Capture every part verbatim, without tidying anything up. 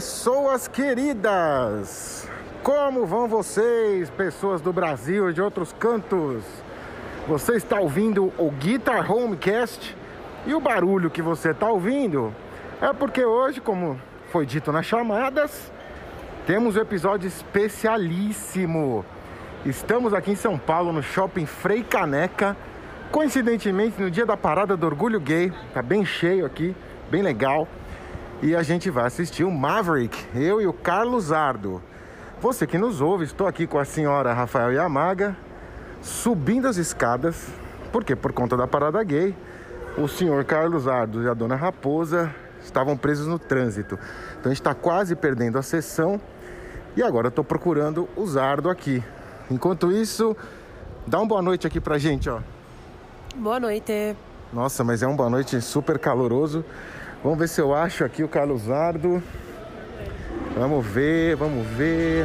Pessoas queridas, como vão vocês, pessoas do Brasil e de outros cantos? Você está ouvindo o Guitar Homecast e o barulho que você está ouvindo é porque hoje, como foi dito nas chamadas, temos um episódio especialíssimo. Estamos aqui em São Paulo, no Shopping Frei Caneca, coincidentemente no dia da parada do Orgulho Gay. Tá bem cheio aqui, bem legal. E a gente vai assistir o Maverick, eu e o Carlos Zardo. Você que nos ouve, estou aqui com a senhora Rafael Yamaga, subindo as escadas, porque por conta da parada gay, o senhor Carlos Zardo e a dona Raposa estavam presos no trânsito. Então a gente está quase perdendo a sessão e agora eu estou procurando o Zardo aqui. Enquanto isso, dá uma boa noite aqui pra gente, ó. Boa noite. Nossa, mas é uma boa noite super caloroso. Vamos ver se eu acho aqui o Carlos Zardo. Vamos ver, vamos ver.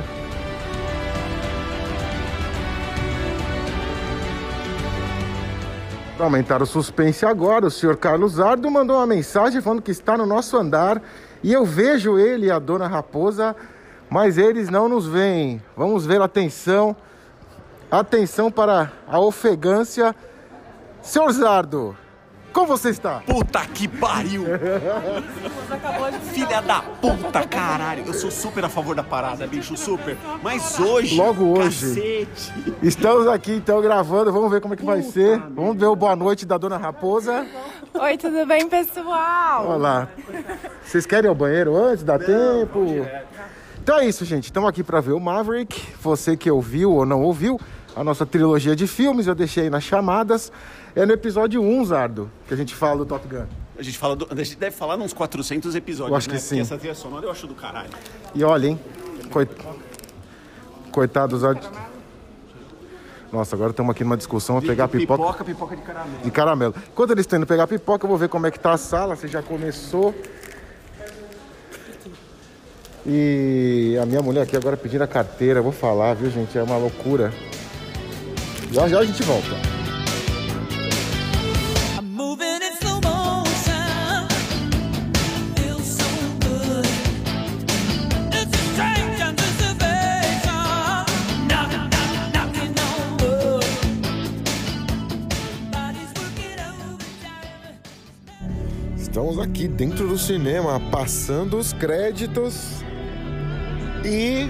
Para aumentar o suspense agora, o senhor Carlos Zardo mandou uma mensagem falando que está no nosso andar. E eu vejo ele e a dona Raposa, mas eles não nos veem. Vamos ver, atenção. Atenção para a ofegância. Senhor Zardo, como você está? Puta que pariu! Filha da puta, caralho! Eu sou super a favor da parada, bicho, super. Mas hoje, logo hoje, cacete. Estamos aqui então gravando, vamos ver como é que vai ser. Vamos ver o boa noite da dona Raposa. Oi, tudo bem, pessoal? Olá. Vocês querem ir ao banheiro antes? Dá tempo? Então é isso, gente. Estamos aqui para ver o Maverick. Você que ouviu ou não ouviu a nossa trilogia de filmes, eu deixei aí nas chamadas. É no episódio um, Zardo, que a gente fala do Top Gun. A gente, fala do, a gente deve falar uns quatrocentos episódios, eu acho né? que sim. Porque essa trilha sonora eu acho do caralho. E olha, hein? Coit... Coitados. Nossa, agora estamos aqui numa discussão. Vou pegar pipoca. Pipoca, pipoca de caramelo. De caramelo. Enquanto eles estão indo pegar pipoca, eu vou ver como é que tá a sala, se já começou. E a minha mulher aqui agora pedindo a carteira. Vou falar, viu, gente? É uma loucura. Já já a gente volta. Estamos aqui dentro do cinema, passando os créditos e...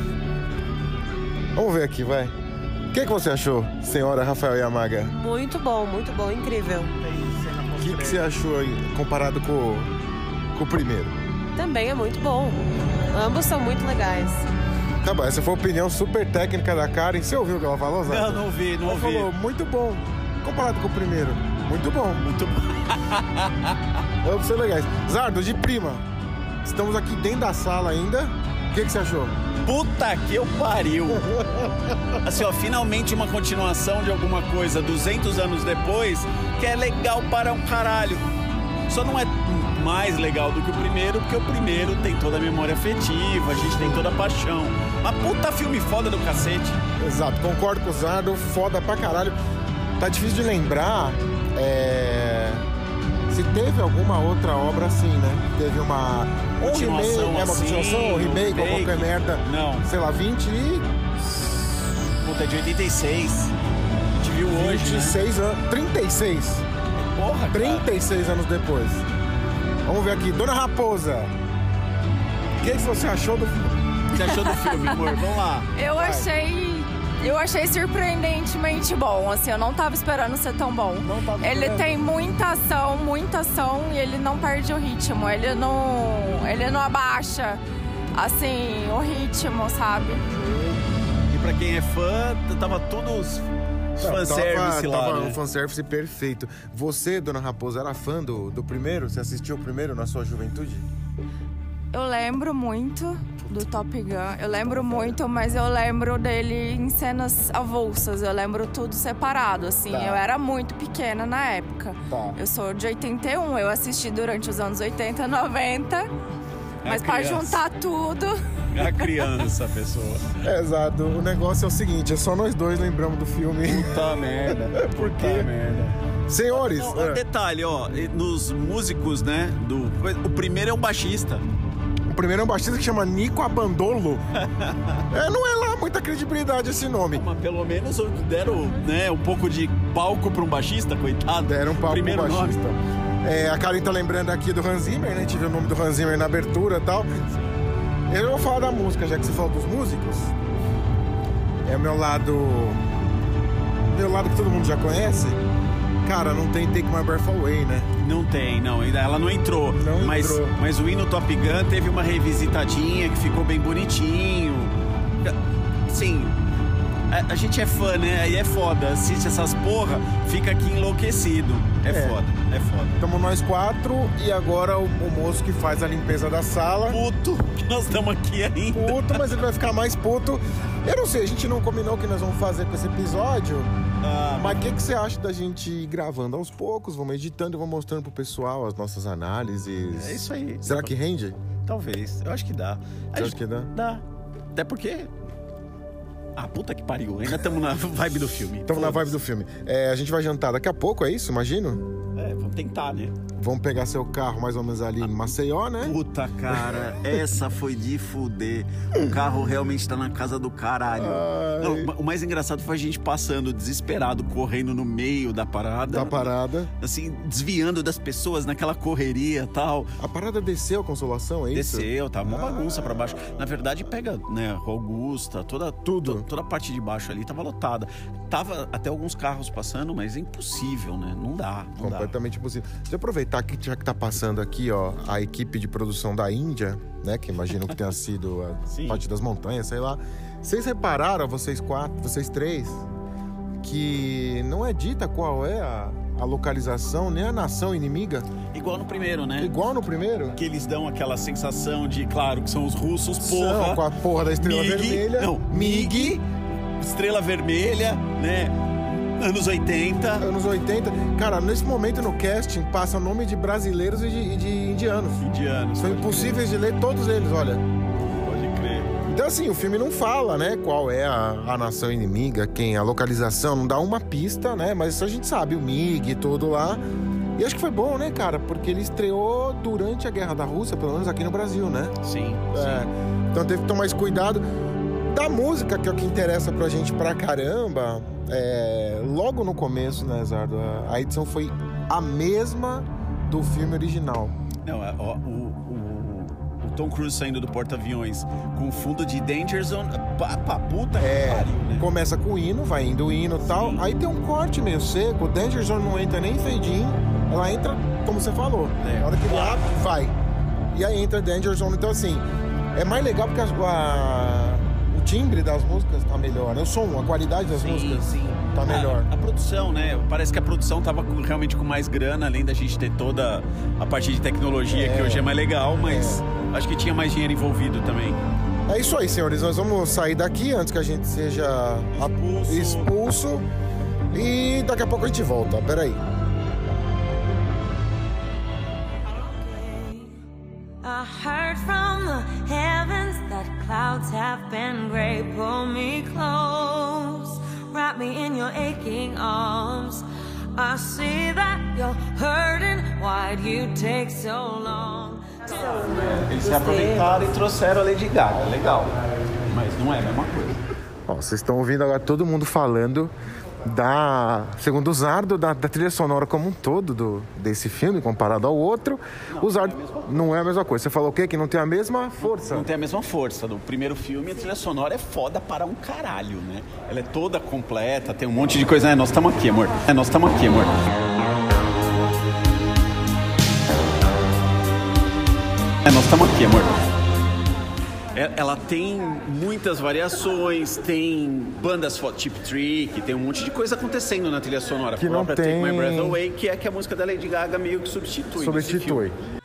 Vamos ver aqui, vai. O que, que você achou, senhora Rafael Yamaga? Muito bom, muito bom, incrível. O que, que você achou aí, comparado com, com o primeiro? Também é muito bom. Ambos são muito legais. Tá bom, essa foi a opinião super técnica da Karen. Você ouviu o que ela falou, Zé? Não, não ouvi, não ela ouvi. Ela falou, muito bom. Comparado com o primeiro, muito bom. Muito bom. Ambos são legais. Zardo, de prima, estamos aqui dentro da sala ainda. O que, que você achou? Puta que eu pariu. Assim, ó, finalmente uma continuação de alguma coisa duzentos anos depois, que é legal para um caralho. Só não é mais legal do que o primeiro, porque o primeiro tem toda a memória afetiva, a gente tem toda a paixão. Uma puta filme foda do cacete. Exato, concordo com o Zardo, foda pra caralho. Tá difícil de lembrar é... se teve alguma outra obra assim, né? Teve uma... Continuação, um remake, assim, é uma continuação, um remake, remake, ou qualquer merda. Não. Sei lá, vinte e... Puta, é de oitenta e seis. A gente viu hoje, vinte e seis né? anos... trinta e seis. Porra, cara. trinta e seis anos depois. Vamos ver aqui. Dona Raposa, o que, que você achou do filme? Você achou do filme, amor? Vamos lá. Eu Vai. achei... Eu achei surpreendentemente bom, assim, eu não tava esperando ser tão bom. Não tava Ele esperando. tem muita ação, muita ação e ele não perde o ritmo, ele não, ele não abaixa, assim, o ritmo, sabe? E pra quem é fã, tava tudo os fanservice tava, lá, tava né? um fanservice perfeito. Você, Dona Raposa, era fã do, do primeiro? Você assistiu o primeiro na sua juventude? Eu lembro muito do Top Gun, eu lembro muito, mas eu lembro dele em cenas avulsas, eu lembro tudo separado, assim, Tá. eu era muito pequena na época. Tá. Eu sou de oitenta e um, eu assisti durante os anos oitenta, noventa, mas pra criança. juntar tudo... É a criança, a pessoa. É, exato. O negócio é o seguinte, é só nós dois lembramos do filme. Puta merda. Por quê? Puta merda. Senhores... Não, é. detalhe, ó, nos músicos, né, do... O primeiro é um baixista. O primeiro é um baixista que chama Nico Abandolo. É, não é lá muita credibilidade esse nome. Mas pelo menos deram, né, um pouco de palco para um baixista, coitado. Deram um palco primeiro pro baixista. Nome. É, a Karen tá lembrando aqui do Hans Zimmer, né? A gente viu o nome do Hans Zimmer na abertura e tal. Eu vou falar da música, já que você falou dos músicos. É o meu lado... Meu lado que todo mundo já conhece. Cara, não tem Take My Breath Away, né? Não tem, não. Ela não entrou. Não mas, entrou. Mas o hino Top Gun teve uma revisitadinha que ficou bem bonitinho. Sim, a, a gente é fã, né? Aí é foda. Assiste essas porra, fica aqui enlouquecido. É, é. foda, é foda. Estamos nós quatro e agora o, o moço que faz a limpeza da sala. Puto, que nós estamos aqui ainda. Puto, mas ele vai ficar mais puto. Eu não sei, a gente não combinou o que nós vamos fazer com esse episódio. Ah, mas o que, que você acha da gente ir gravando aos poucos? Vamos editando e vamos mostrando pro pessoal as nossas análises. É isso aí. Será que rende? Talvez. Eu acho que dá. Você acha que dá? Dá. Até porque... Ah, puta que pariu. Ainda estamos na vibe do filme. Estamos na vibe do filme. É, a gente vai jantar daqui a pouco, é isso? Imagino? É, vamos tentar, né? Vamos pegar seu carro mais ou menos ali em Maceió, né? Puta, cara, essa foi de fuder. O carro realmente tá na casa do caralho. Não, o mais engraçado foi a gente passando desesperado, correndo no meio da parada. Da parada. Assim, desviando das pessoas naquela correria e tal. A parada desceu a Consolação, é isso? Desceu, tá uma ah. bagunça pra baixo. Na verdade, pega, né, Rua Augusta, toda, Tudo. Toda, toda a parte de baixo ali tava lotada. Tava até alguns carros passando, mas é impossível, né? Não dá, não Completamente dá. impossível. Deixa eu aproveitar que já que tá passando aqui, ó, a equipe de produção da Índia, né, que imagino que tenha sido a Sim. parte das montanhas, sei lá. Vocês repararam, vocês quatro, vocês três, que não é dita qual é a, a localização, nem a nação inimiga? Igual no primeiro, né? Igual no primeiro? Que eles dão aquela sensação de, claro, que são os russos, porra. São, com a porra da estrela Mig, vermelha. Não, Mig, estrela vermelha, né? Anos oitenta. Anos oitenta. Cara, nesse momento no casting passa o nome de brasileiros e de, e de indianos. Indianos. São impossíveis de ler todos eles, olha. Pode crer. Então assim, o filme não fala, né, qual é a, a nação inimiga, quem, a localização, não dá uma pista, né, mas isso a gente sabe, o Mig e tudo lá. E acho que foi bom, né, cara, porque ele estreou durante a Guerra da Rússia, pelo menos aqui no Brasil, né? Sim, É, sim. então teve que tomar esse cuidado. Da música, que é o que interessa pra gente pra caramba, é, logo no começo, né, Zardo, a, a edição foi a mesma do filme original. Não, é, ó, o, o, o Tom Cruise saindo do porta-aviões com fundo de Danger Zone, pra, pra puta que É, pariu, né? começa com o hino, vai indo o hino e tal, aí tem um corte meio seco, o Danger Zone não entra nem fade-in, ela entra, como você falou, É. na hora que ele abre, vai. E aí entra Danger Zone, então assim, é mais legal porque a, a, o timbre das músicas tá melhor, né? O som, a qualidade das Sim, músicas sim. tá melhor. A, a produção, né? Parece que a produção tava com- realmente com mais grana, além da gente ter toda a parte de tecnologia, É. que hoje é mais legal, mas acho que tinha mais dinheiro envolvido também. É isso aí, senhores. Nós vamos sair daqui antes que a gente seja a- Expulso. expulso. E daqui a pouco a gente volta. Pera aí. I heard from the heavens that clouds have been gray. Pull me close, wrap me in your aching arms. I see that you're hurting. Why'd you take so long? Eles se aproveitaram e trouxeram a Lady Gaga, legal. Mas não é a mesma coisa. Ó, vocês estão ouvindo agora todo mundo falando da, segundo o Zardo, da, da trilha sonora como um todo do, desse filme, comparado ao outro. O Zardo não é a mesma coisa. Você falou o quê? Que não tem a mesma força. Não tem a mesma força do primeiro filme. A trilha sonora é foda para um caralho, né? Ela é toda completa, tem um monte de coisa. É, nós estamos aqui, amor. É, nós estamos aqui, amor. É, nós estamos aqui, amor. É, ela tem muitas variações, tem bandas fo- Cheap Trick, tem um monte de coisa acontecendo na trilha sonora. Que A não própria tem- Take My Breath Away, que é que a música da Lady Gaga meio que substitui. nesse Substitui. filme.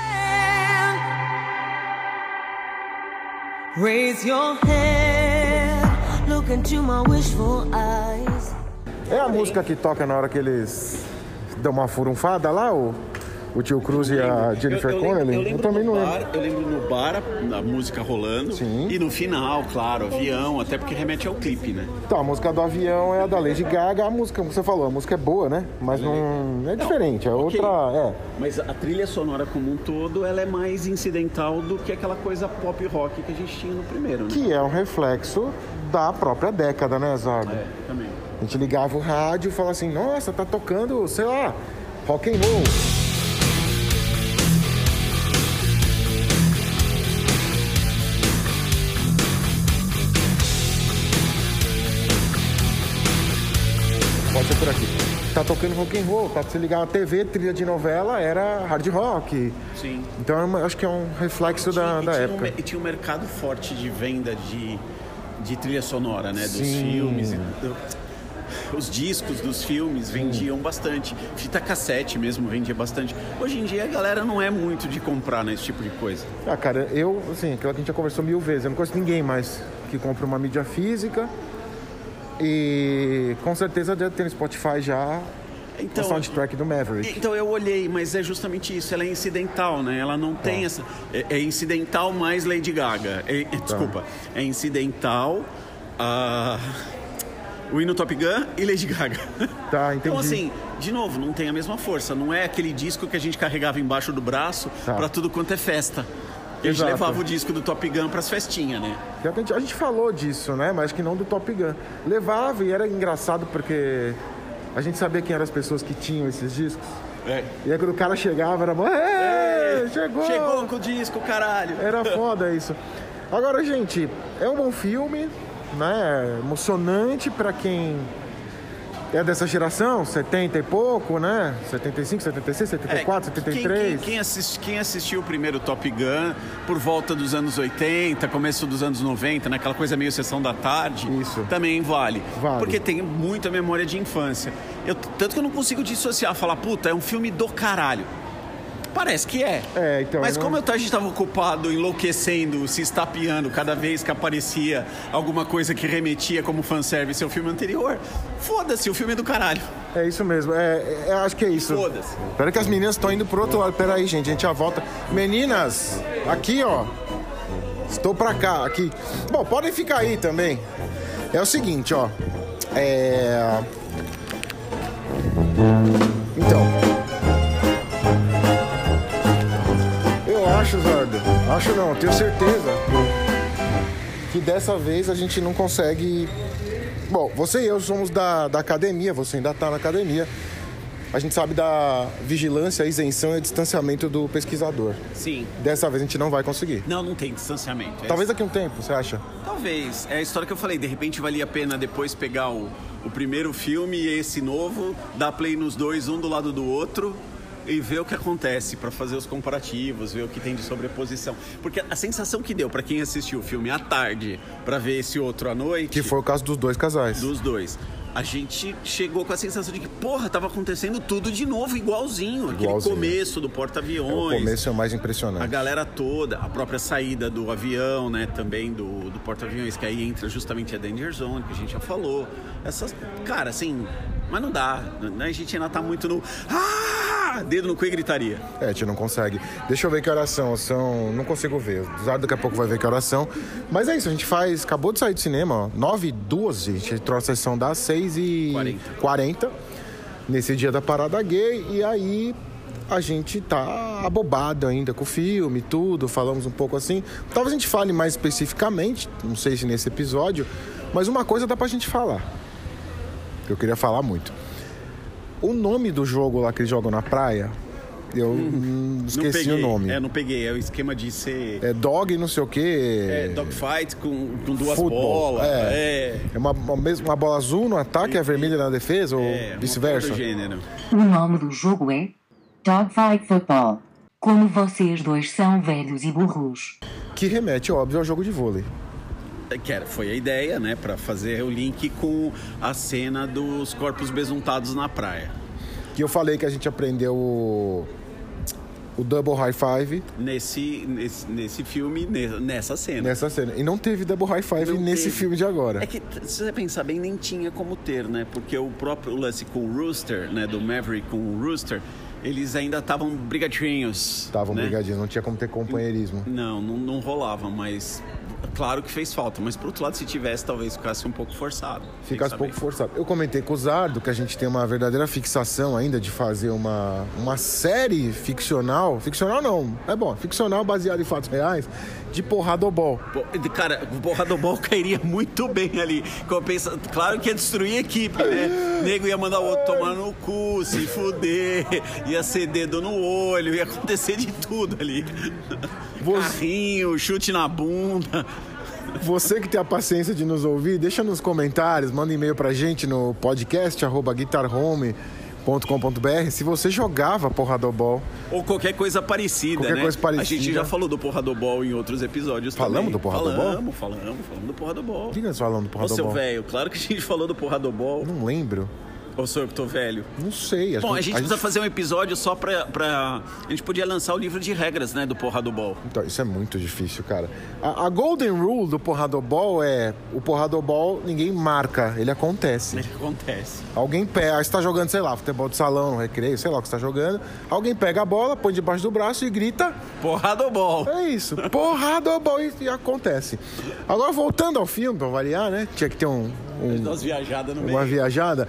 Raise your head, look into my wishful eyes. É a música que toca na hora que eles dão uma furunfada lá, ou o Tio Cruz e a Jennifer eu, eu Connelly? Lembro, eu, eu lembro também não bar, lembro. Eu lembro no bar a, a música rolando. Sim. E no final, claro, avião, até porque remete ao clipe, né? Então, a música do avião é a da Lady Gaga, a música, como você falou, a música é boa, né? Mas não é diferente, é okay. outra. É. Mas a trilha sonora como um todo, ela é mais incidental do que aquela coisa pop rock que a gente tinha no primeiro, né? Que é um reflexo da própria década, né, Zardo? É, também. A gente ligava o rádio e falava assim, nossa, tá tocando, sei lá, rock and roll. Pode ser por aqui. Tá tocando rock and roll, tá? Se ligar a T V, trilha de novela, era hard rock. Sim. Então eu acho que é um reflexo da, e da tinha época. Um, e tinha um mercado forte de venda de, de trilha sonora, né? Dos Sim. filmes. E do, os discos dos filmes vendiam Sim. bastante. Fita cassete mesmo vendia bastante. Hoje em dia a galera não é muito de comprar nesse tipo de coisa. Ah, cara, eu, assim, aquilo que a gente já conversou mil vezes, eu não conheço ninguém mais que compra uma mídia física. E com certeza deve ter no Spotify já então, o soundtrack do Maverick. Então eu olhei, mas é justamente isso, ela é incidental, né? Ela não tem tá. essa... É, é incidental mais Lady Gaga. É, é, tá. Desculpa, é incidental uh, o hino Top Gun e Lady Gaga. Tá, entendi. Então assim, de novo, não tem a mesma força. Não é aquele disco que a gente carregava embaixo do braço tá. pra tudo quanto é festa. A gente Exato. levava o disco do Top Gun pras festinhas, né? A gente, a gente falou disso, né? Mas que não do Top Gun. Levava e era engraçado porque a gente sabia quem eram as pessoas que tinham esses discos. É. E aí quando o cara chegava, era... É, chegou! Chegou com o disco, caralho! Era foda isso. Agora, gente, é um bom filme, né? Emocionante pra quem... É dessa geração, setenta e pouco, né? setenta e cinco, setenta e seis, setenta e quatro, é, setenta e quem, três. Quem, quem, assist, quem assistiu o primeiro Top Gun por volta dos anos oitenta, começo dos anos noventa, né? Aquela coisa meio sessão da tarde, isso. Também vale. Vale. Porque tem muita memória de infância. Eu, tanto que eu não consigo dissociar, falar, puta, é um filme do caralho. Parece que é. É, então, Mas não... como eu, a gente estava ocupado, enlouquecendo, se estapeando cada vez que aparecia alguma coisa que remetia como fanservice ao filme anterior, foda-se, o filme é do caralho. É isso mesmo, é, é, acho que é isso. Foda-se. Espera que as meninas estão indo pro outro lado. Pera aí, gente, a gente já volta. Meninas, aqui, ó. Estou pra cá, aqui. Bom, podem ficar aí também. É o seguinte, ó. É... Então... Eu acho, Zardo, acho não, tenho certeza que dessa vez a gente não consegue... Bom, você e eu somos da, da academia, você ainda tá na academia. A gente sabe da vigilância, isenção e distanciamento do pesquisador. Sim. Dessa vez a gente não vai conseguir. Não, não tem distanciamento. Talvez daqui a um tempo, você acha? Talvez. É a história que eu falei. De repente valia a pena depois pegar o, o primeiro filme e esse novo, dar play nos dois, um do lado do outro... E ver o que acontece para fazer os comparativos, ver o que tem de sobreposição. Porque a sensação que deu para quem assistiu o filme à tarde para ver esse outro à noite... Que foi o caso dos dois casais. Dos dois. A gente chegou com a sensação de que, porra, tava acontecendo tudo de novo, igualzinho. Aquele Igualzinho. começo do porta-aviões. É, o começo é o mais impressionante. A galera toda, a própria saída do avião, né, também do, do porta-aviões, que aí entra justamente a Danger Zone, que a gente já falou. Essas, cara, assim, mas não dá. Né? A gente ainda tá muito no... Ah! Dedo no cu e gritaria. É, a gente não consegue. Deixa eu ver que horas são. São... Não consigo ver. O Zardo daqui a pouco vai ver que horas são. Mas é isso, a gente faz... Acabou de sair do cinema, ó. nove e doze. A gente trouxe a sessão das seis e quarenta. Nesse dia da parada gay. E aí... A gente tá abobado ainda com o filme, tudo, falamos um pouco assim. Talvez a gente fale mais especificamente, não sei se nesse episódio, mas uma coisa dá pra gente falar. Que eu queria falar muito. O nome do jogo lá que eles jogam na praia, eu hum, esqueci não o nome. É, não peguei, é o esquema de ser... É dog não sei o quê. É, dogfight com, com duas Futebol, bolas. É, é. é uma, uma, uma bola azul no ataque e a vermelha na defesa, ou é, vice-versa? Do gênero. O nome do jogo é Dogfight Football. Como vocês dois são velhos e burros. Que remete, óbvio, ao jogo de vôlei. Que era, foi a ideia, né? Pra fazer o link com a cena dos corpos besuntados na praia. Que eu falei que a gente aprendeu o, o Double High Five. Nesse, nesse, nesse filme, nessa cena. Nessa cena. E não teve Double High Five não nesse teve. filme de agora. É que, se você pensar bem, nem tinha como ter, né? Porque o próprio lance com o Rooster, né? Do Maverick com o Rooster... eles ainda estavam brigadinhos. Estavam né? brigadinhos, não tinha como ter companheirismo. Não, não, não rolava, mas claro que fez falta. Mas por outro lado, se tivesse, talvez ficasse um pouco forçado. Ficasse um pouco forçado. Eu comentei com o Zardo que a gente tem uma verdadeira fixação ainda de fazer uma, uma série ficcional. Ficcional não, é bom, ficcional baseada em fatos reais, de Porradobol. Cara, o Porradobol cairia muito bem ali. Compensa, claro que ia destruir a equipe, né? O nego ia mandar o outro tomar no cu, se fuder, ia ser dedo no olho, ia acontecer de tudo ali. Você... Carrinho, chute na bunda. Você que tem a paciência de nos ouvir, deixa nos comentários, manda e-mail pra gente no podcast arroba guitarhome ponto com ponto b r se você jogava Porradobol. Ou qualquer coisa parecida, qualquer né? Coisa parecida. A gente já falou do Porradobol em outros episódios falamos também. Do Porradobol? Falamos, falamos, falamos do Porradobol. O que nós falamos do Porradobol? Ô, seu velho, claro que a gente falou do Porradobol. Não lembro. Ou sou eu que tô velho? Não sei. Bom, a gente a precisa gente... fazer um episódio só pra, pra... A gente podia lançar o livro de regras, né, do Porradobol. Então, isso é muito difícil, cara. A, a Golden Rule do Porradobol é... O Porradobol, ninguém marca, ele acontece. Ele acontece. Alguém pega... Você tá jogando, sei lá, futebol de salão, recreio, sei lá o que você tá jogando. Alguém pega a bola, põe debaixo do braço e grita... Porradobol. É isso. Porradobol. E, e acontece. Agora, voltando ao filme, pra variar, né? Tinha que ter um... um Umas viajadas no meio. Uma viajada...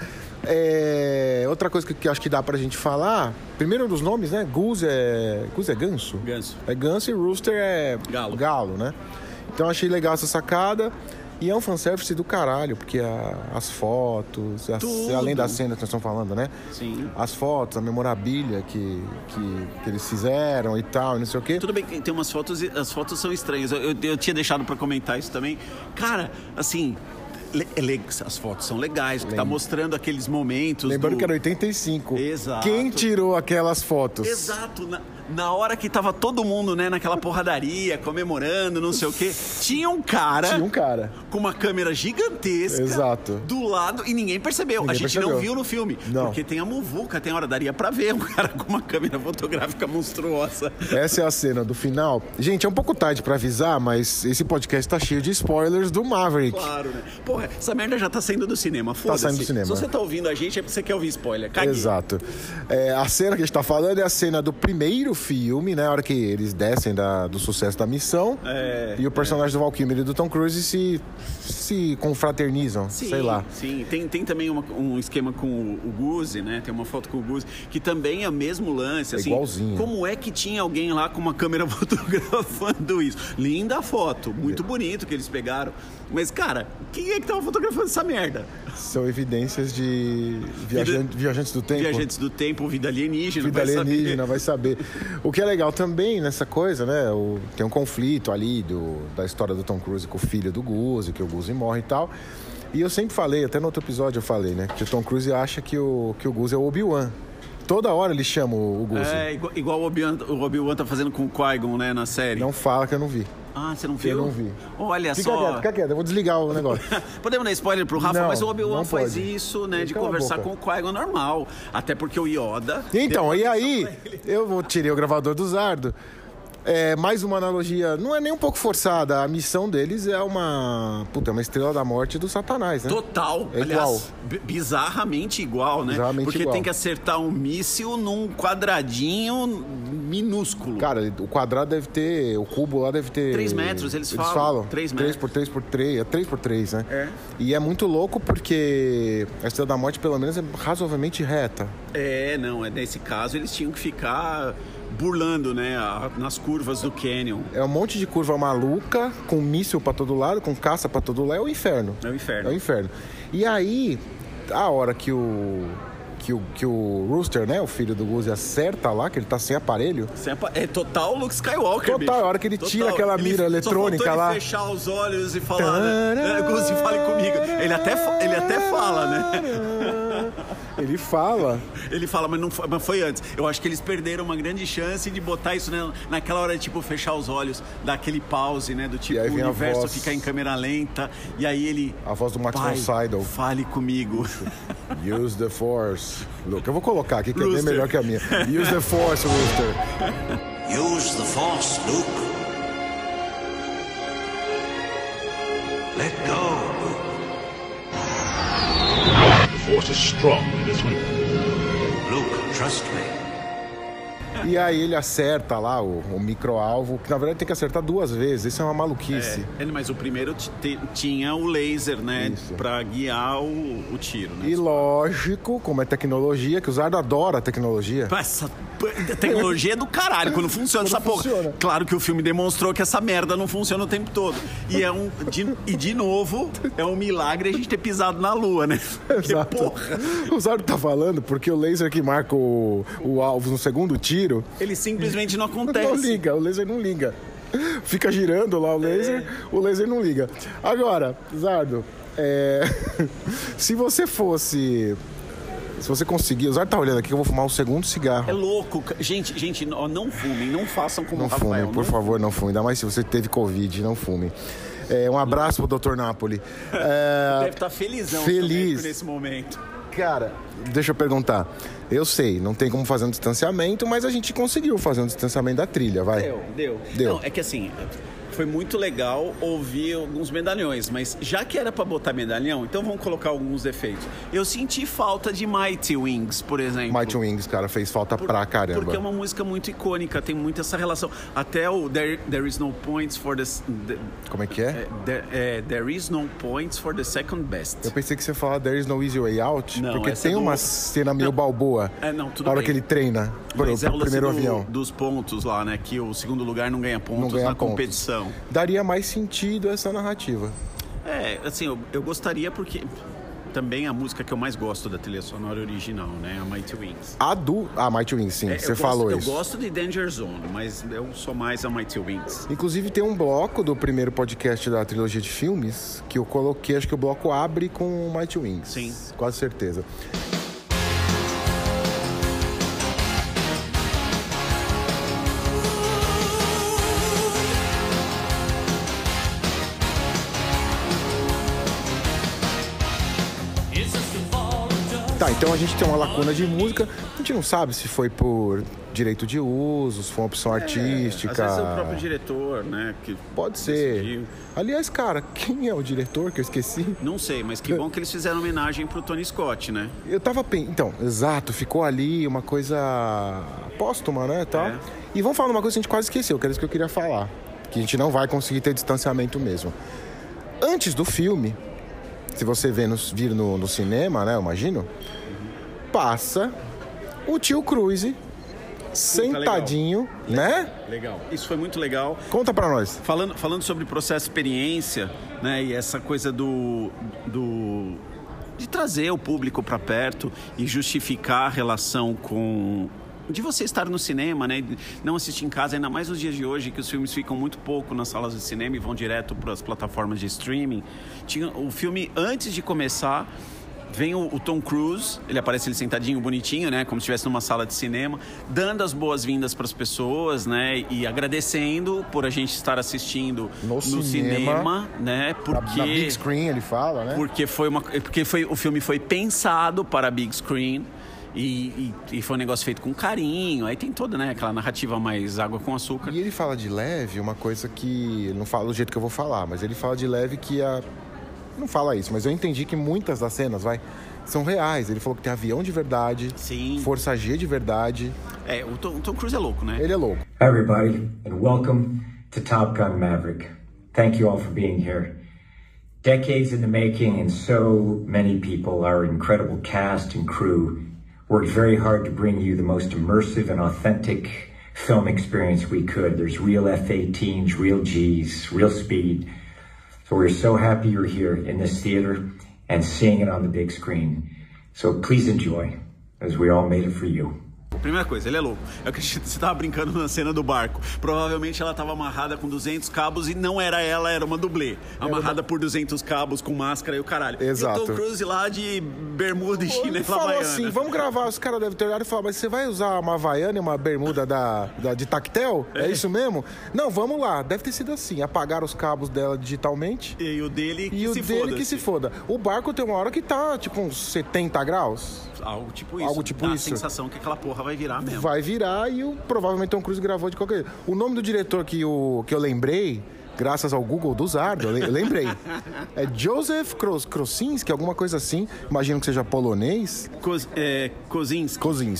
É, outra coisa que, que acho que dá pra gente falar, primeiro dos nomes, né? Goose é. Goose é ganso? Ganso. É ganso e Rooster é galo. Galo, né? Então achei legal essa sacada. E é um fanservice do caralho, porque a, as fotos, as, além da cena que nós estamos falando, né? Sim. As fotos, a memorabilia que, que, que eles fizeram e tal, e não sei o quê. Tudo bem que tem umas fotos, as fotos são estranhas. Eu, eu, eu tinha deixado pra comentar isso também. Cara, assim. As fotos são legais, porque tá mostrando aqueles momentos. Lembrando do... que era oitenta e cinco. Exato. Quem tirou aquelas fotos? Exato. Na, na hora que tava todo mundo, né, naquela porradaria, comemorando, não sei o quê, tinha um cara. Tinha um cara. Com uma câmera gigantesca. Exato. Do lado e ninguém percebeu. Ninguém a gente percebeu. não viu no filme. Não. Porque tem a muvuca, tem hora, daria pra ver um cara com uma câmera fotográfica monstruosa. Essa é a cena do final. Gente, é um pouco tarde pra avisar, mas esse podcast tá cheio de spoilers do Maverick. Claro, né? Porra, essa merda já tá saindo do cinema. Foda-se. Tá saindo do cinema. Se você tá ouvindo a gente, é porque você quer ouvir spoiler. Caguei. Exato. É, a cena que a gente tá falando é a cena do primeiro filme, né? A hora que eles descem da, do sucesso da missão. É, e o personagem é. do Val Kilmer e do Tom Cruise se, se confraternizam, sim, sei lá. Sim, tem, tem também uma, um esquema com o, o Goose, né? Tem uma foto com o Goose, que também é o mesmo lance. É assim, igualzinho. Como é que tinha alguém lá com uma câmera fotografando isso? Linda foto, muito bonito que eles pegaram. Mas, cara, quem é que tava fotografando essa merda? São evidências de viajan- vida, viajantes do tempo. Viajantes do tempo, vida alienígena. Vida vai alienígena, saber. vai saber. O que é legal também nessa coisa, né? O, tem um conflito ali do, da história do Tom Cruise com o filho do Goose, que o Goose morre e tal. E eu sempre falei, até no outro episódio eu falei, né? Que o Tom Cruise acha que o, que o Goose é o Obi-Wan. Toda hora ele chama o, o Goose. É, igual, igual o Obi-Wan, o Obi-Wan tá fazendo com o Qui-Gon, né, na série. Não fala que eu não vi. Ah, você não viu? Eu não vi. Olha fica só. Quieto, fica quieto, eu vou desligar o negócio. Podemos dar spoiler pro Rafa, não, mas o Obi-Wan faz pode. isso, né, de Cala conversar com o Qui-Gon normal. Até porque o Yoda... Então, e aí, eu tirei o gravador do Zardo. É, mais uma analogia, não é nem um pouco forçada. A missão deles é uma... Puta, é uma estrela da morte do Satanás, né? Total. É Aliás, igual. b- bizarramente igual, né? Bizarramente Porque igual. tem que acertar um míssil num quadradinho minúsculo. Cara, o quadrado deve ter... O cubo lá deve ter... Três metros, eles falam. Eles falam. Três Três metros. por três por três. É três por três, né? É. E é muito louco porque a estrela da morte, pelo menos, é razoavelmente reta. É, não, é nesse caso eles tinham que ficar burlando, né, a- nas curvas do Canyon. É um monte de curva maluca, com míssil pra todo lado, com caça pra todo lado. É o inferno. É o inferno. É o inferno. E aí, a hora que o... Que o, que o Rooster, né, o filho do Goose, acerta lá, que ele tá sem aparelho. É total Luke Skywalker, Total, bicho. a hora que ele tira aquela Ele mira eletrônica só faltou lá. ele fechar os olhos e falar, né? É, Goose, fale comigo. Ele até, fa- ele até fala, né? Ele fala. Ele fala, mas não foi, mas foi antes. Eu acho que eles perderam uma grande chance de botar isso, né, naquela hora de, tipo, fechar os olhos, dar aquele pause, né? Do tipo, aí o vem a universo voz. ficar em câmera lenta. E aí ele... A voz do Max Pai, von Sydow. fale comigo. Use the force. Look, eu vou colocar aqui, que é bem Rooster. melhor que a minha. Use the force, Rooster. Use the force, Luke. Let go, Luke. The force is strong in this weak. Luke, trust me. E aí ele acerta lá o, o micro-alvo, que na verdade tem que acertar duas vezes. Isso é uma maluquice. É, mas o primeiro t- t- tinha o laser, né? Isso. Pra guiar o, o tiro, né? E lógico, como é tecnologia, que o Zardo adora a tecnologia. Essa tecnologia é do caralho quando funciona Quando essa porra. funciona. Claro que o filme demonstrou que essa merda não funciona o tempo todo. E é um. De, e de novo, é um milagre a gente ter pisado na lua, né? Porque, Exato. porra. O Zardo tá falando porque o laser que marca o, o alvo no segundo tiro Ele simplesmente não acontece. não liga, o laser não liga. Fica girando lá o laser, é. o laser não liga. Agora, Zardo, é... se você fosse... Se você conseguir... O Zardo tá olhando aqui que eu vou fumar um segundo cigarro. É louco. Gente, gente, não, não fumem, não façam como Não o Rafael. fumem, por não favor, não fumem. Ainda mais se você teve Covid, não fumem. É, um abraço pro doutor Napoli. É... Deve estar felizão Feliz. nesse momento. Cara, deixa eu perguntar. Eu sei, não tem como fazer um distanciamento, mas a gente conseguiu fazer um distanciamento da trilha, vai. Deu, deu. Deu. Não, é que assim... Foi muito legal ouvir alguns medalhões, mas já que era pra botar medalhão, então vamos colocar alguns defeitos. Eu senti falta de Mighty Wings, por exemplo. Mighty Wings, cara, fez falta Por, pra caramba. Porque é uma música muito icônica, tem muito essa relação. Até o There, there is no points for the... the Como é que é? é, there, é There is no points for the second best. Eu pensei que você ia falar There is no easy way out, Não, porque essa tem é do... uma cena meio Não. balboa. É, não, tudo na hora bem. que ele treina pro, Mas é pro o lance primeiro do, avião. dos pontos lá, né? Que o segundo lugar não ganha pontos Não ganha na pontos. competição. Daria mais sentido essa narrativa. É, assim, eu, eu gostaria porque também a música que eu mais gosto da trilha sonora original, né? A Mighty Wings. A do... Ah, Mighty Wings, sim, É, você eu falou gosto, isso. Eu gosto de Danger Zone, mas eu sou mais a Mighty Wings. Inclusive tem um bloco do primeiro podcast da trilogia de filmes que eu coloquei, acho que o bloco abre com o Mighty Wings. Sim. Quase certeza. Tá, então a gente tem uma lacuna de música. A gente não sabe se foi por direito de uso, se foi uma opção artística. Às vezes é o próprio diretor, né? Que Pode ser. decidiu. Aliás, cara, quem é o diretor que eu esqueci? Não sei, mas que bom que eles fizeram homenagem pro Tony Scott, né? Eu tava pensando... Então, exato, ficou ali uma coisa póstuma, né, tal. É. E vamos falar de uma coisa que a gente quase esqueceu, que era isso que eu queria falar. Que a gente não vai conseguir ter distanciamento mesmo. Antes do filme, se você vê no, vir no, no cinema, né, eu imagino, passa o tio Cruise sentadinho, né? Legal. Isso foi muito legal. Conta pra nós. Falando, falando sobre processo experiência, né? E essa coisa do... do de trazer o público para perto e justificar a relação com... de você estar no cinema, né? Não assistir em casa, ainda mais nos dias de hoje, que os filmes ficam muito pouco nas salas de cinema e vão direto para as plataformas de streaming. Tinha o filme, antes de começar, vem o, o Tom Cruise, ele aparece ele sentadinho, bonitinho, né? Como se estivesse numa sala de cinema, dando as boas-vindas para as pessoas, né? E agradecendo por a gente estar assistindo No no, cinema, cinema, né? Porque... Na, na big screen, ele fala, né? Porque, foi uma, porque foi, o filme foi pensado para a big screen e, e, e foi um negócio feito com carinho. Aí tem toda, né, aquela narrativa mais água com açúcar. E ele fala de leve, uma coisa que... Ele não fala do jeito que eu vou falar, mas ele fala de leve que a... Não fala isso, mas eu entendi que muitas das cenas, vai, são reais. Ele falou que tem avião de verdade, Sim. Força G de verdade. É, o Tom, o Tom Cruise é louco, né? Ele é louco. Hi, everybody, and welcome to Top Gun Maverick. Thank you all for being here. Decades in the making, and so many people, our incredible cast and crew, worked very hard to bring you the most immersive and authentic film experience we could. There's real F eighteens, real Gs, real speed. So we're so happy you're here in this theater and seeing it on the big screen. So please enjoy, as we all made it for you. Primeira coisa, ele é louco. É o que você tava brincando na cena do barco. Provavelmente ela tava amarrada com duzentos cabos e não era ela, era uma dublê. Amarrada uma... por duzentos cabos, com máscara e o caralho. Exato. E o Tom Cruise lá de bermuda e chinela Ele falou havaiana. assim, vamos gravar, os caras devem ter olhado e falar, mas você vai usar uma havaiana e uma bermuda da, da, de tactel? É. é isso mesmo? Não, vamos lá. Deve ter sido assim, apagaram os cabos dela digitalmente. E o dele que e se o dele foda. que se foda. O barco tem uma hora que tá, tipo, uns setenta graus. Algo tipo isso. Algo tipo Dá isso. a sensação que aquela porra vai virar mesmo. Vai virar e o, provavelmente Tom Cruise gravou de qualquer jeito. O nome do diretor que, o, que eu lembrei, graças ao Google do Zardo, eu lembrei. É Joseph Kosinski, alguma coisa assim. Imagino que seja polonês. Koz, é, Kozinski. Kosinski.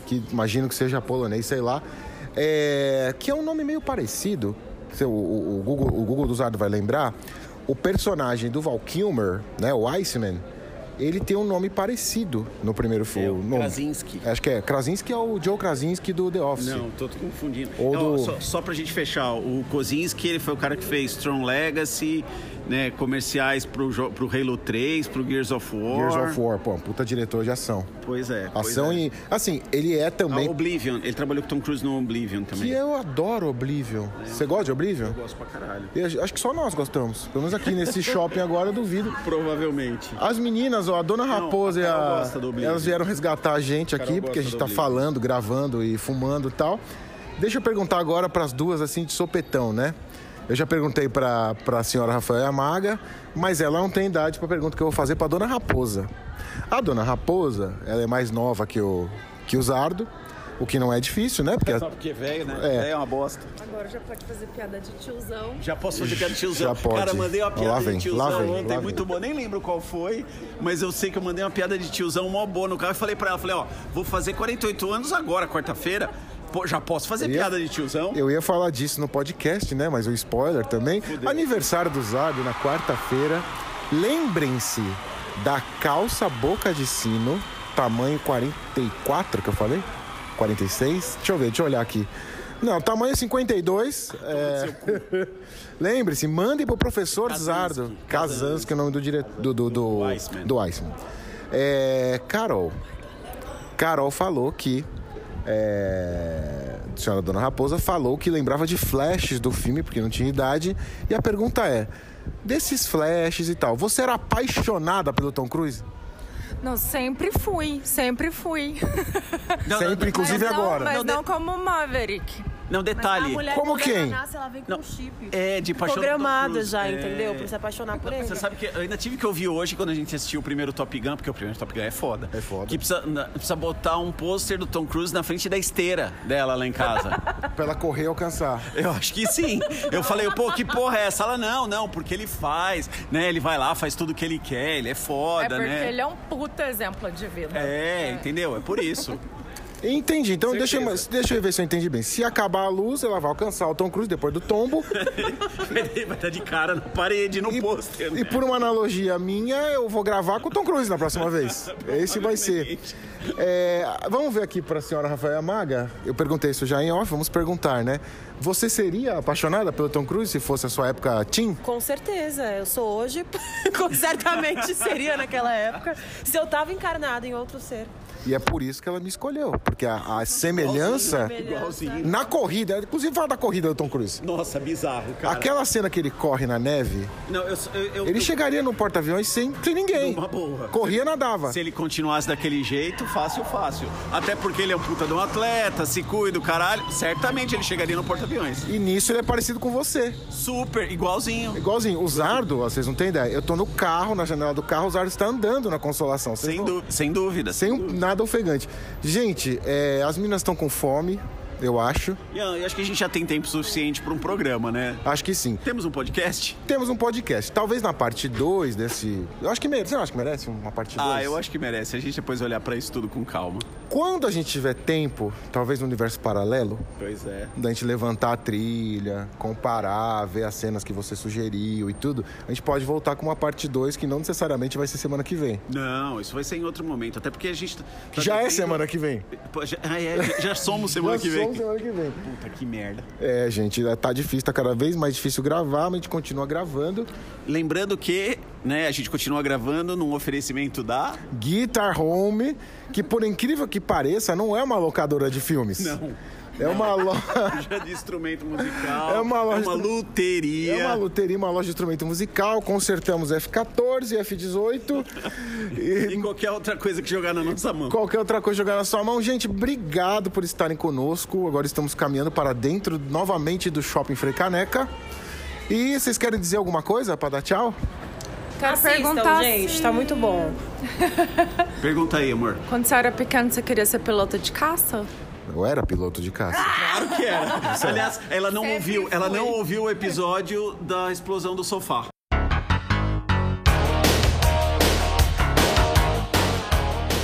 que imagino que seja polonês, sei lá, é, que é um nome meio parecido, o, o, o, Google, o Google do Zardo vai lembrar, o personagem do Val Kilmer, né, o Iceman, ele tem um nome parecido no primeiro filme. É, Krasinski. Acho que é. Krasinski é o Joe Krasinski do The Office. Não, tô confundindo. Ou Não, do... só, só pra gente fechar, o Kosinski, ele foi o cara que fez Tron Legacy, né, comerciais pro, pro Halo três, pro Gears of War. Gears of War, pô, puta diretor de ação. Pois é. Ação pois é. e... Assim, ele é também... Ah, Oblivion, ele trabalhou com Tom Cruise no Oblivion também. Que eu adoro Oblivion. É. Você gosta de Oblivion? Eu gosto pra caralho. Eu, acho que só nós gostamos. Pelo menos aqui nesse shopping agora, eu duvido. Provavelmente. As meninas, ó, a Dona Raposa Não, a e a... gosta do Oblivion. Elas vieram resgatar a gente aqui, Carol porque a gente tá Oblivion. falando, gravando e fumando e tal. Deixa eu perguntar agora pras duas, assim, de sopetão, né? Eu já perguntei pra, pra senhora Rafael Yamaga, mas ela não tem idade pra pergunta que eu vou fazer pra Dona Raposa. A Dona Raposa, ela é mais nova que o, que o Zardo, o que não é difícil, né? Porque É só porque é velho, né? É. É. é uma bosta. Agora já pode fazer piada de tiozão. Já posso fazer piada de tiozão. Já pode. Cara, mandei uma piada Lá vem, de tiozão lá vem, ontem, lá vem. muito boa. Nem lembro qual foi, mas eu sei que eu mandei uma piada de tiozão mó boa no carro e falei pra ela, falei, ó, vou fazer quarenta e oito anos agora, quarta-feira. Pô, já posso fazer Eu ia- piada de tiozão? eu ia falar disso no podcast, né? Mas o spoiler também. Fudeu. Aniversário do Zardo na quarta-feira. Lembrem-se da calça boca de sino, tamanho quarenta e quatro, que eu falei? quarenta e seis? Deixa eu ver, deixa eu olhar aqui. Não, tamanho cinquenta e dois. É... Lembre-se, mande pro professor Kazansky. Zardo. Kazansky, é o nome do diretor do, do, do, Do Iceman. do Iceman. É... Carol. Carol falou que. É... A senhora Dona Raposa falou que lembrava de flashes do filme, porque não tinha idade. E a pergunta é: desses flashes e tal, você era apaixonada pelo Tom Cruise? Não, sempre fui, sempre fui. Não, Sempre, não, inclusive mas não, agora. Mas Não, não, de- como Maverick. não, detalhe. A mulher, Como quando quem? ela nasce, ela vem com Não, um chip. É, de paixão do Tom Programada Cruise. já, É. entendeu? Pra se apaixonar por ele. Você sabe que eu ainda tive que ouvir hoje, quando a gente assistiu o primeiro Top Gun, porque o primeiro Top Gun é foda. É foda. Que precisa, na- precisa botar um pôster do Tom Cruise na frente da esteira dela lá em casa. Pra ela correr e alcançar. Eu acho que sim. Eu falei, pô, que porra é essa? Ela, não, não, porque ele faz, né? Ele vai lá, faz tudo o que ele quer, ele é foda, É porque né? ele é um puta exemplo de vida. É, entendeu? É por isso. Entendi. Então deixa eu, Certeza. deixa eu ver se eu entendi bem. Se acabar a luz, ela vai alcançar o Tom Cruise depois do tombo. Vai estar de cara na parede, no pôster. né? E por uma analogia minha, eu vou gravar com o Tom Cruise na próxima vez. Esse vai ser. É, vamos ver aqui pra senhora Rafael Yamaga. Eu perguntei isso já em off, vamos perguntar, né? Você seria apaixonada pelo Tom Cruise se fosse a sua época teen? Com certeza, eu sou hoje, com- certamente seria naquela época, se eu tava encarnada em outro ser. E é por isso que ela me escolheu. Porque a, a semelhança Igualzinho. na corrida, inclusive fala da corrida do Tom Cruise. Nossa, bizarro, cara. Aquela cena que ele corre na neve, Não, eu, eu, eu, ele eu- chegaria no porta-aviões sem, sem ninguém. Numa boa. Corria, nadava. Se ele continuasse daquele jeito, fácil, fácil. Até porque ele é um puta de um atleta, se cuida, o caralho. Certamente ele chegaria no porta-aviões. E nisso ele é parecido com você. Super, igualzinho. Igualzinho, o Zardo, vocês não têm ideia. Eu tô no carro, na janela do carro, o Zardo está andando na Consolação. Vocês Sem, não- dú- sem dúvida. Sem um- nada ofegante. Gente, é, as meninas estão com fome, eu acho. Ian, eu acho que a gente já tem tempo suficiente para um programa, né? Acho que sim. Temos um podcast? Temos um podcast. Talvez na parte dois desse... Eu acho que merece. Você não acha que merece uma parte dois? Ah, eu acho que merece. A gente depois olhar para isso tudo com calma. Quando a gente tiver tempo, talvez no universo paralelo, Pois é. da gente levantar a trilha, comparar, ver as cenas que você sugeriu e tudo, a gente pode voltar com uma parte dois que não necessariamente vai ser semana que vem. Não, isso vai ser em outro momento. Até porque a gente... tá- Que já é devendo- semana que vem. Pô, já, ah, é, já- já somos semana Já que vem. somos semana que vem. Puta, que merda. É, gente, tá difícil, tá cada vez mais difícil gravar, mas a gente continua gravando. Lembrando que, né, a gente continua gravando num oferecimento da... Guitar Home, que por incrível que pareça, não é uma locadora de filmes. Não. É uma loja... Loja de instrumento musical. É uma loja É uma de- luteria. É uma luteria, uma loja de instrumento musical. Consertamos F quatorze, F dezoito E e qualquer outra coisa que jogar na nossa mão. qualquer outra coisa jogar na sua mão. Gente, obrigado por estarem conosco. Agora estamos caminhando para dentro novamente do Shopping Frei Caneca. E vocês querem dizer alguma coisa para dar tchau? Quero Assistam, perguntar gente, se... tá muito bom. Pergunta aí, amor. Quando você era pequeno, você queria ser piloto de caça? Eu era piloto de caça. Claro que era. Aliás, ela não Sempre ouviu, ela fui. não ouviu o episódio da explosão do sofá.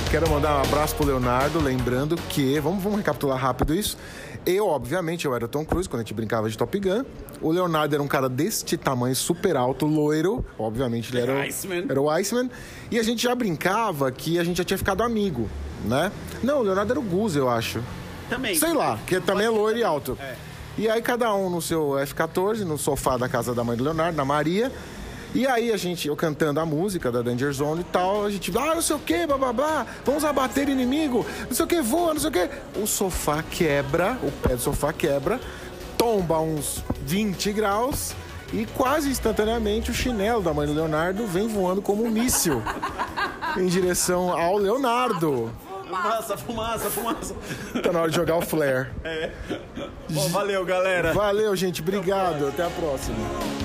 Quero mandar um abraço pro Leonardo, lembrando que... Vamos, vamos recapitular rápido isso. Eu, obviamente, eu era o Tom Cruise quando a gente brincava de Top Gun. O Leonardo era um cara deste tamanho, super alto, loiro. Obviamente, ele era o Iceman. Era o Iceman. E a gente já brincava que a gente já tinha ficado amigo, né? Não, o Leonardo era o Goose, eu acho. Também. Sei lá, que também é loiro e alto. É. E aí cada um no seu F quatorze, no sofá da casa da mãe do Leonardo, na Maria. E aí a gente, eu cantando a música da Danger Zone e tal, a gente, ah, não sei o que, blá blá blá, vamos abater inimigo, não sei o que, voa, não sei o que. O sofá quebra, o pé do sofá quebra, tomba uns vinte graus e quase instantaneamente o chinelo da mãe do Leonardo vem voando como um míssil em direção ao Leonardo. Fumaça, fumaça, fumaça. Tá na hora de jogar o flare. É. Bom, valeu, galera. Valeu, gente, obrigado, até a próxima.